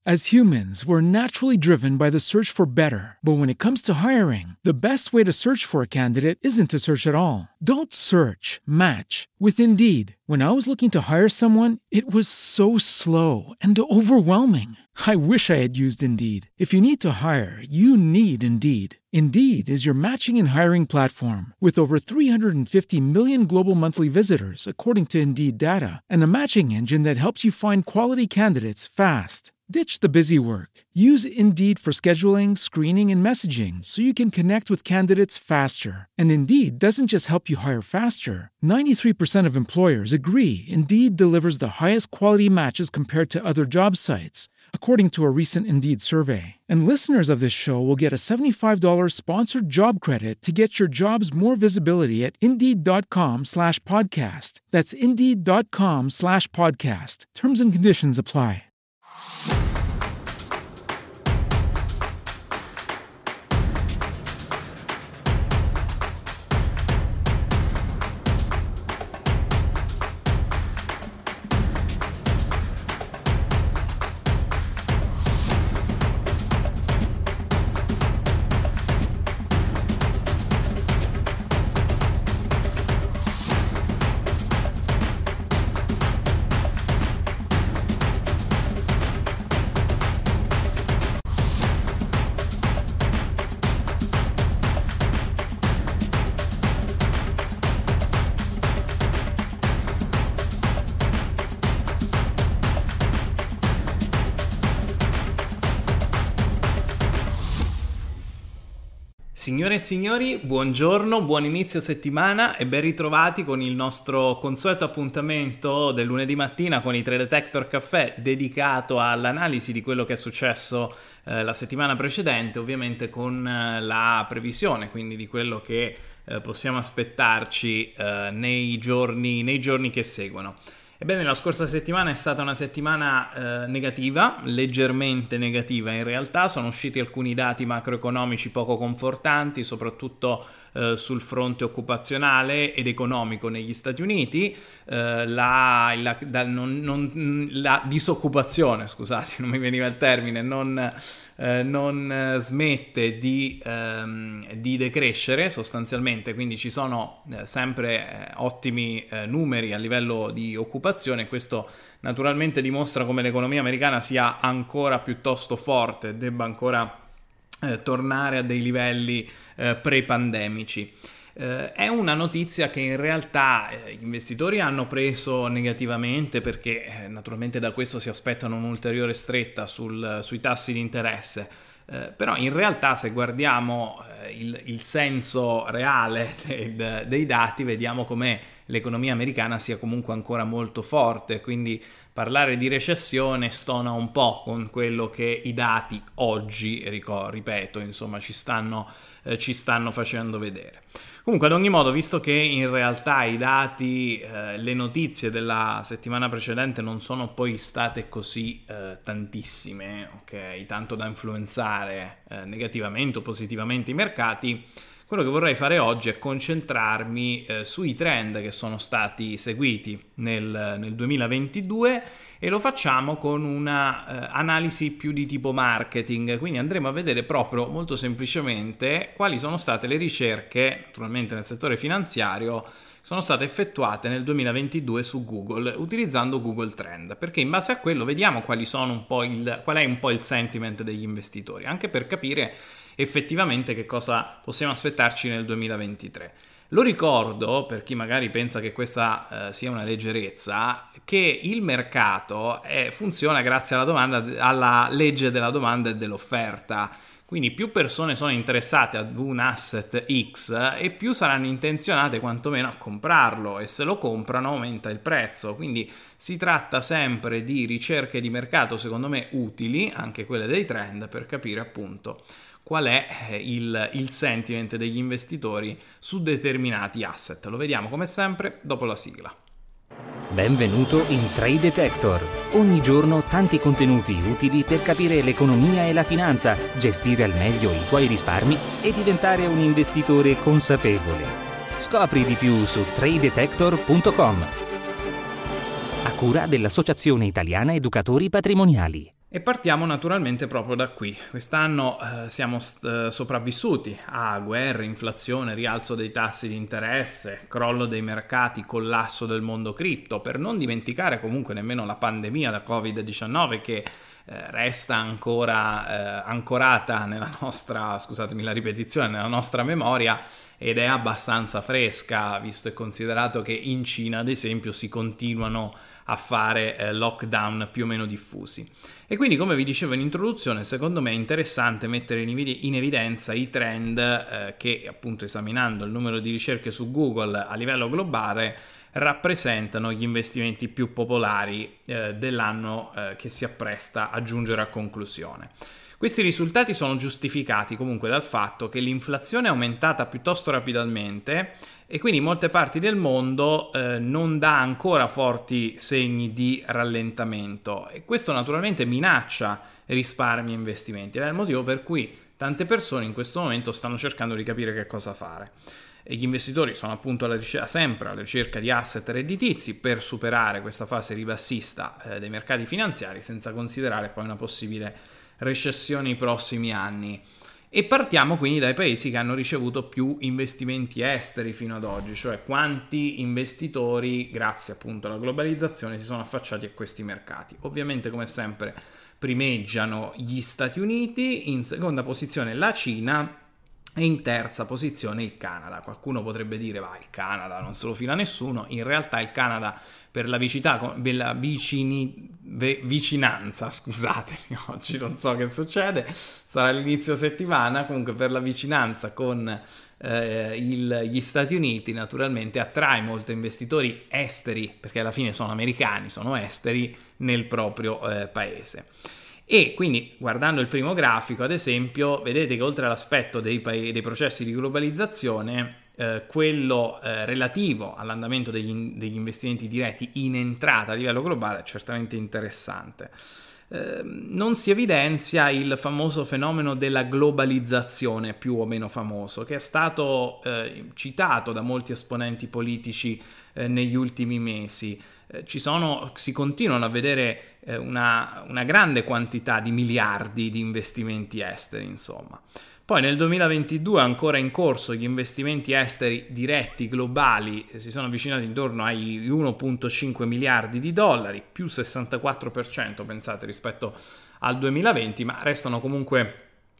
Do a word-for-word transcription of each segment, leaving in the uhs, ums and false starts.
As humans, we're naturally driven by the search for better. But when it comes to hiring, the best way to search for a candidate isn't to search at all. Don't search, match with Indeed. When I was looking to hire someone, it was so slow and overwhelming. I wish I had used Indeed. If you need to hire, you need Indeed. Indeed is your matching and hiring platform with over three hundred fifty million global monthly visitors, according to Indeed data, and a matching engine that helps you find quality candidates fast. Ditch the busy work. Use Indeed for scheduling, screening, and messaging so you can connect with candidates faster. And Indeed doesn't just help you hire faster. ninety-three percent of employers agree Indeed delivers the highest quality matches compared to other job sites, according to a recent Indeed survey. And listeners of this show will get a seventy-five dollars sponsored job credit to get your jobs more visibility at Indeed.com slash podcast. That's Indeed.com slash podcast. Terms and conditions apply. Signore e signori, buongiorno, buon inizio settimana e ben ritrovati con il nostro consueto appuntamento del lunedì mattina con i Trade Detector Caffè, dedicato all'analisi di quello che è successo eh, la settimana precedente, ovviamente con eh, la previsione, quindi di quello che eh, possiamo aspettarci eh, nei giorni, nei giorni che seguono. Ebbene, la scorsa settimana è stata una settimana eh, negativa, leggermente negativa in realtà. Sono usciti alcuni dati macroeconomici poco confortanti, soprattutto eh, sul fronte occupazionale ed economico negli Stati Uniti. Eh, la, la, da, non, non, la disoccupazione, scusate, non mi veniva il termine, non... Eh, non smette di, ehm, di decrescere sostanzialmente, quindi ci sono eh, sempre eh, ottimi eh, numeri a livello di occupazione. Questo naturalmente dimostra come l'economia americana sia ancora piuttosto forte e debba ancora eh, tornare a dei livelli eh, pre-pandemici. Uh, è una notizia che in realtà eh, gli investitori hanno preso negativamente perché eh, naturalmente da questo si aspettano un'ulteriore stretta sul, sui tassi di interesse, uh, però in realtà se guardiamo uh, il, il senso reale del, dei dati vediamo come l'economia americana sia comunque ancora molto forte, quindi parlare di recessione stona un po' con quello che i dati oggi, ripeto, insomma ci stanno, eh, ci stanno facendo vedere. Comunque, ad ogni modo, visto che in realtà i dati, eh, le notizie della settimana precedente non sono poi state così eh, tantissime, ok, tanto da influenzare eh, negativamente o positivamente i mercati, quello che vorrei fare oggi è concentrarmi eh, sui trend che sono stati seguiti nel, nel duemilaventidue e lo facciamo con una eh, analisi più di tipo marketing, quindi andremo a vedere proprio molto semplicemente quali sono state le ricerche, naturalmente nel settore finanziario, sono state effettuate nel duemilaventidue su Google utilizzando Google Trend, perché in base a quello vediamo quali sono un po' il, qual è un po' il sentiment degli investitori, anche per capire effettivamente che cosa possiamo aspettarci nel duemilaventitré. Lo ricordo, per chi magari pensa che questa eh, sia una leggerezza, che il mercato è, funziona grazie alla domanda, alla legge della domanda e dell'offerta. Quindi più persone sono interessate ad un asset X e più saranno intenzionate quantomeno a comprarlo, e se lo comprano aumenta il prezzo. Quindi si tratta sempre di ricerche di mercato, secondo me utili, anche quelle dei trend, per capire appunto qual è il, il sentiment degli investitori su determinati asset. Lo vediamo come sempre dopo la sigla. Benvenuto in Trade Detector. Ogni giorno tanti contenuti utili per capire l'economia e la finanza, gestire al meglio i tuoi risparmi e diventare un investitore consapevole. Scopri di più su trade detector punto com. A cura dell'Associazione Italiana Educatori Patrimoniali. E partiamo naturalmente proprio da qui. Quest'anno eh, siamo st- sopravvissuti a guerre, inflazione, rialzo dei tassi di interesse, crollo dei mercati, collasso del mondo cripto, per non dimenticare comunque nemmeno la pandemia da covid diciannove che eh, resta ancora eh, ancorata nella nostra, scusatemi la ripetizione, nella nostra memoria, ed è abbastanza fresca, visto e considerato che in Cina, ad esempio, si continuano a fare eh, lockdown più o meno diffusi. E quindi, come vi dicevo in introduzione, secondo me è interessante mettere in, evid- in evidenza i trend eh, che, appunto, esaminando il numero di ricerche su Google a livello globale, rappresentano gli investimenti più popolari eh, dell'anno eh, che si appresta a giungere a conclusione. Questi risultati sono giustificati comunque dal fatto che l'inflazione è aumentata piuttosto rapidamente e quindi in molte parti del mondo eh, non dà ancora forti segni di rallentamento, e questo naturalmente minaccia risparmi e investimenti, ed è il motivo per cui tante persone in questo momento stanno cercando di capire che cosa fare. E gli investitori sono appunto alla ricerca, sempre alla ricerca di asset redditizi per superare questa fase ribassista eh, dei mercati finanziari, senza considerare poi una possibile recessione nei prossimi anni. E partiamo quindi dai paesi che hanno ricevuto più investimenti esteri fino ad oggi, cioè quanti investitori, grazie appunto alla globalizzazione, si sono affacciati a questi mercati. Ovviamente, come sempre, primeggiano gli Stati Uniti, in seconda posizione la Cina e in terza posizione il Canada. Qualcuno potrebbe dire, va, il Canada non se lo fila nessuno. In realtà il Canada, per la, vicità, per la vicini, vicinanza, scusatemi, oggi non so che succede, sarà l'inizio settimana, comunque per la vicinanza con eh, il, gli Stati Uniti, naturalmente attrae molti investitori esteri, perché alla fine sono americani, sono esteri, nel proprio eh, paese. E quindi, guardando il primo grafico, ad esempio, vedete che oltre all'aspetto dei, pa- dei processi di globalizzazione, eh, quello eh, relativo all'andamento degli, degli investimenti diretti in entrata a livello globale è certamente interessante. Eh, non si evidenzia il famoso fenomeno della globalizzazione, più o meno famoso, che è stato eh, citato da molti esponenti politici eh, negli ultimi mesi. Eh, ci sono, si continuano a vedere eh, una, una grande quantità di miliardi di investimenti esteri, insomma. Poi nel duemilaventidue, ancora in corso, gli investimenti esteri diretti globali si sono avvicinati intorno ai uno virgola cinque miliardi di dollari, più sessantaquattro per cento, pensate, rispetto al duemilaventi, ma restano comunque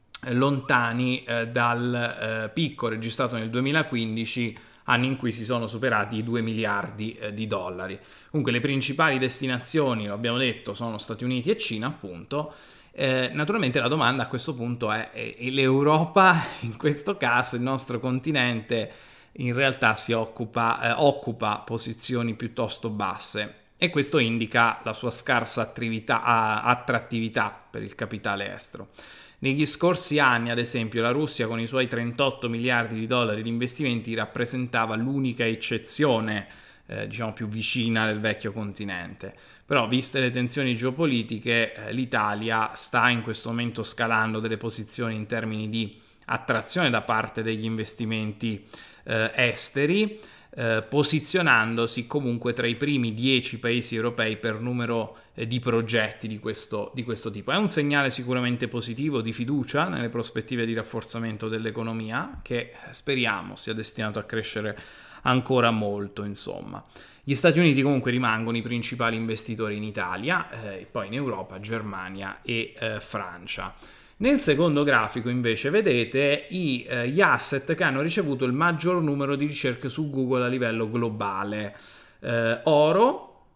lontani eh, dal eh, picco registrato nel duemilaquindici, anni in cui si sono superati i due miliardi eh, di dollari. Comunque le principali destinazioni, lo abbiamo detto, sono Stati Uniti e Cina, appunto. Eh, naturalmente la domanda a questo punto è, è, è l'Europa, in questo caso il nostro continente, in realtà si occupa, eh, occupa posizioni piuttosto basse, e questo indica la sua scarsa attività, attrattività per il capitale estero. Negli scorsi anni, ad esempio, la Russia con i suoi trentotto miliardi di dollari di investimenti rappresentava l'unica eccezione, eh, diciamo, più vicina del vecchio continente. Però, viste le tensioni geopolitiche, eh, l'Italia sta in questo momento scalando delle posizioni in termini di attrazione da parte degli investimenti eh, esteri, eh, posizionandosi comunque tra i primi dieci paesi europei per numero eh, di progetti di questo, di questo tipo. È un segnale sicuramente positivo di fiducia nelle prospettive di rafforzamento dell'economia, che speriamo sia destinato a crescere ancora molto, insomma. Gli Stati Uniti comunque rimangono i principali investitori in Italia, eh, e poi in Europa, Germania e eh, Francia. Nel secondo grafico invece vedete i, eh, gli asset che hanno ricevuto il maggior numero di ricerche su Google a livello globale. Eh, oro,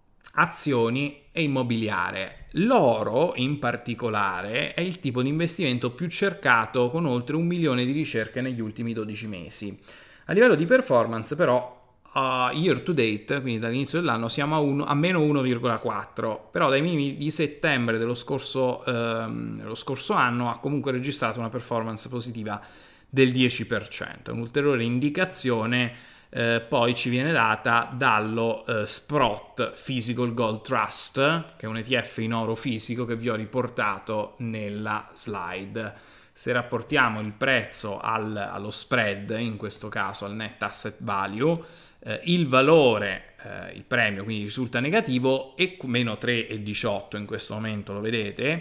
azioni e immobiliare. L'oro in particolare è il tipo di investimento più cercato, con oltre un milione di ricerche negli ultimi dodici mesi. A livello di performance però, Uh, year to date, quindi dall'inizio dell'anno, siamo a, uno, a meno uno virgola quattro, però dai minimi di settembre dello scorso, ehm, dello scorso anno ha comunque registrato una performance positiva del dieci per cento. Un'ulteriore indicazione eh, poi ci viene data dallo eh, Sprott Physical Gold Trust, che è un E T F in oro fisico che vi ho riportato nella slide. Se rapportiamo il prezzo al, allo spread, in questo caso al net asset value, eh, il valore, eh, il premio quindi risulta negativo, e meno tre virgola diciotto in questo momento, lo vedete,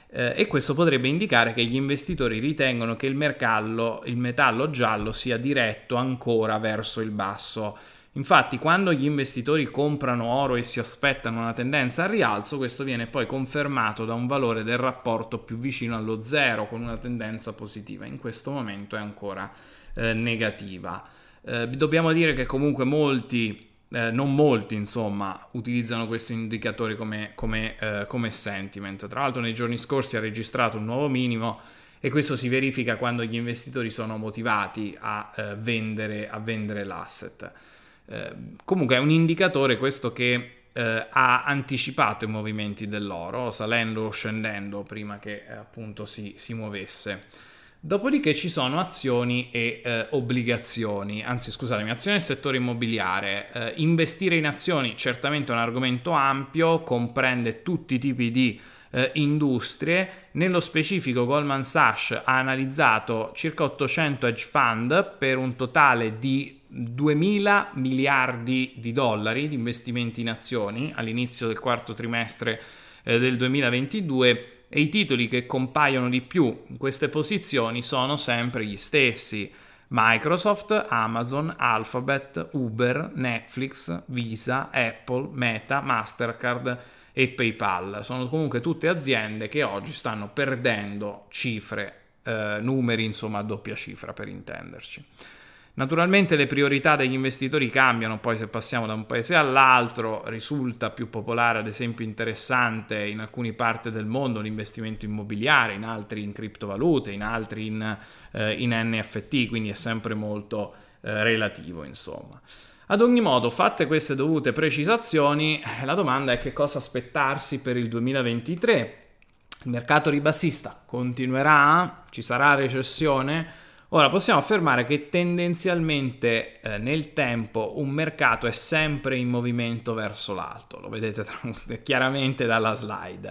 eh, e questo potrebbe indicare che gli investitori ritengono che il mercato, il metallo giallo sia diretto ancora verso il basso. Infatti, quando gli investitori comprano oro e si aspettano una tendenza al rialzo, questo viene poi confermato da un valore del rapporto più vicino allo zero, con una tendenza positiva. In questo momento è ancora eh, negativa. Eh, dobbiamo dire che comunque molti, eh, non molti insomma, utilizzano questo indicatore come, come, eh, come sentiment. Tra l'altro nei giorni scorsi ha registrato un nuovo minimo, e questo si verifica quando gli investitori sono motivati a, eh, vendere, a vendere l'asset. Eh, comunque è un indicatore questo che eh, ha anticipato i movimenti dell'oro, salendo o scendendo prima che eh, appunto si, si muovesse. Dopodiché ci sono azioni e eh, obbligazioni, anzi scusatemi, azioni nel settore immobiliare. Eh, investire in azioni certamente è un argomento ampio, comprende tutti i tipi di eh, industrie. Nello specifico Goldman Sachs ha analizzato circa ottocento hedge fund per un totale di duemila miliardi di dollari di investimenti in azioni all'inizio del quarto trimestre eh, del duemilaventidue, e i titoli che compaiono di più in queste posizioni sono sempre gli stessi: Microsoft, Amazon, Alphabet, Uber, Netflix, Visa, Apple, Meta, Mastercard e PayPal. Sono comunque tutte aziende che oggi stanno perdendo cifre, eh, numeri insomma a doppia cifra per intenderci. Naturalmente le priorità degli investitori cambiano, poi se passiamo da un paese all'altro risulta più popolare, ad esempio interessante in alcune parti del mondo l'investimento immobiliare, in altri in criptovalute, in altri in, eh, in N F T, quindi è sempre molto eh, relativo insomma. Ad ogni modo, fatte queste dovute precisazioni, la domanda è che cosa aspettarsi per il duemilaventitré. Il mercato ribassista continuerà? Ci sarà recessione? Ora, possiamo affermare che tendenzialmente eh, nel tempo un mercato è sempre in movimento verso l'alto, lo vedete tra- chiaramente dalla slide,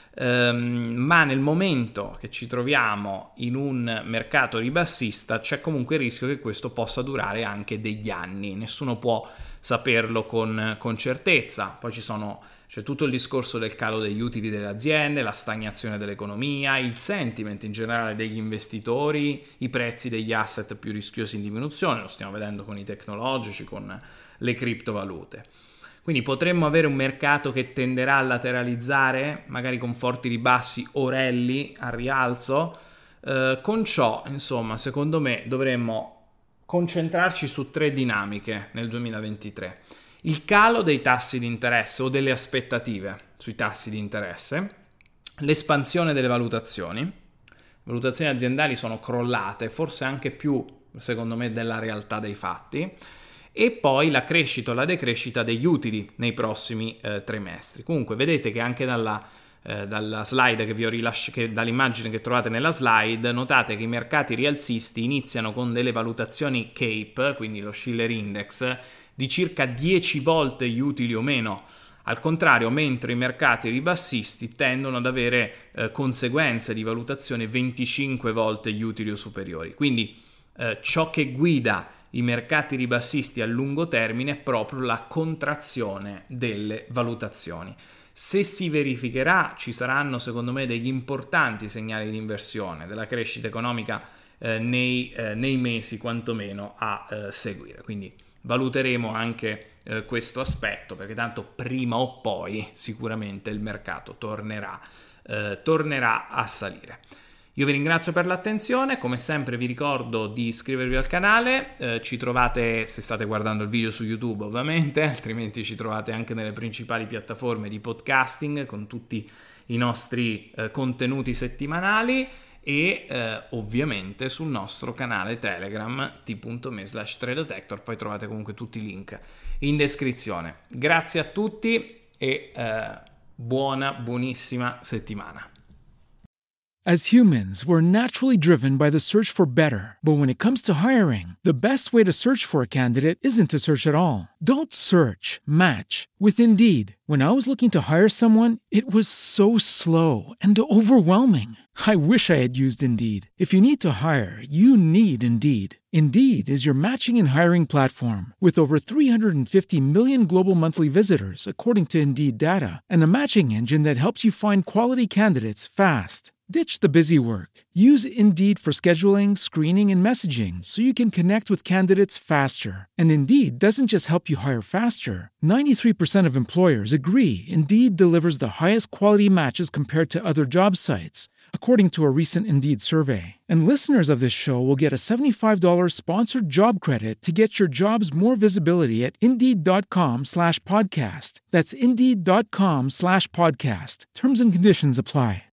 ehm, ma nel momento che ci troviamo in un mercato ribassista c'è comunque il rischio che questo possa durare anche degli anni, nessuno può saperlo con, con certezza. Poi ci sono C'è tutto il discorso del calo degli utili delle aziende, la stagnazione dell'economia, il sentiment in generale degli investitori, i prezzi degli asset più rischiosi in diminuzione, lo stiamo vedendo con i tecnologici, con le criptovalute. Quindi potremmo avere un mercato che tenderà a lateralizzare, magari con forti ribassi o rally al rialzo. Eh, con ciò, insomma, secondo me dovremmo concentrarci su tre dinamiche nel duemilaventitré. Il calo dei tassi di interesse o delle aspettative sui tassi di interesse, l'espansione delle valutazioni. Le valutazioni aziendali sono crollate, forse anche più, secondo me, della realtà dei fatti, e poi la crescita o la decrescita degli utili nei prossimi eh, trimestri. Comunque vedete che anche dalla, eh, dalla slide che vi ho rilasciato, che dall'immagine che trovate nella slide, notate che i mercati rialzisti iniziano con delle valutazioni C A P, quindi lo Shiller Index, di circa dieci volte gli utili o meno. Al contrario, mentre i mercati ribassisti tendono ad avere eh, conseguenze di valutazione venticinque volte gli utili o superiori. Quindi eh, ciò che guida i mercati ribassisti a lungo termine è proprio la contrazione delle valutazioni. Se si verificherà, ci saranno secondo me degli importanti segnali di inversione della crescita economica eh, nei, eh, nei mesi quantomeno a eh, seguire. Quindi valuteremo anche eh, questo aspetto, perché tanto prima o poi sicuramente il mercato tornerà, eh, tornerà a salire. Io vi ringrazio per l'attenzione, come sempre vi ricordo di iscrivervi al canale, eh, ci trovate, se state guardando il video su YouTube ovviamente, altrimenti ci trovate anche nelle principali piattaforme di podcasting con tutti i nostri eh, contenuti settimanali, e eh, ovviamente sul nostro canale Telegram t.me slash tradetector, poi trovate comunque tutti i link in descrizione. Grazie a tutti e eh, buona, buonissima settimana. As humans, we're naturally driven by the search for better. But when it comes to hiring, the best way to search for a candidate isn't to search at all. Don't search, match with Indeed. When I was looking to hire someone, it was so slow and overwhelming. I wish I had used Indeed. If you need to hire, you need Indeed. Indeed is your matching and hiring platform with over three hundred fifty million global monthly visitors, according to Indeed data, and a matching engine that helps you find quality candidates fast. Ditch the busy work. Use Indeed for scheduling, screening, and messaging so you can connect with candidates faster. And Indeed doesn't just help you hire faster. ninety-three percent of employers agree Indeed delivers the highest quality matches compared to other job sites, according to a recent Indeed survey. And listeners of this show will get a seventy-five dollars sponsored job credit to get your jobs more visibility at Indeed.com slash podcast. That's Indeed.com slash podcast. Terms and conditions apply.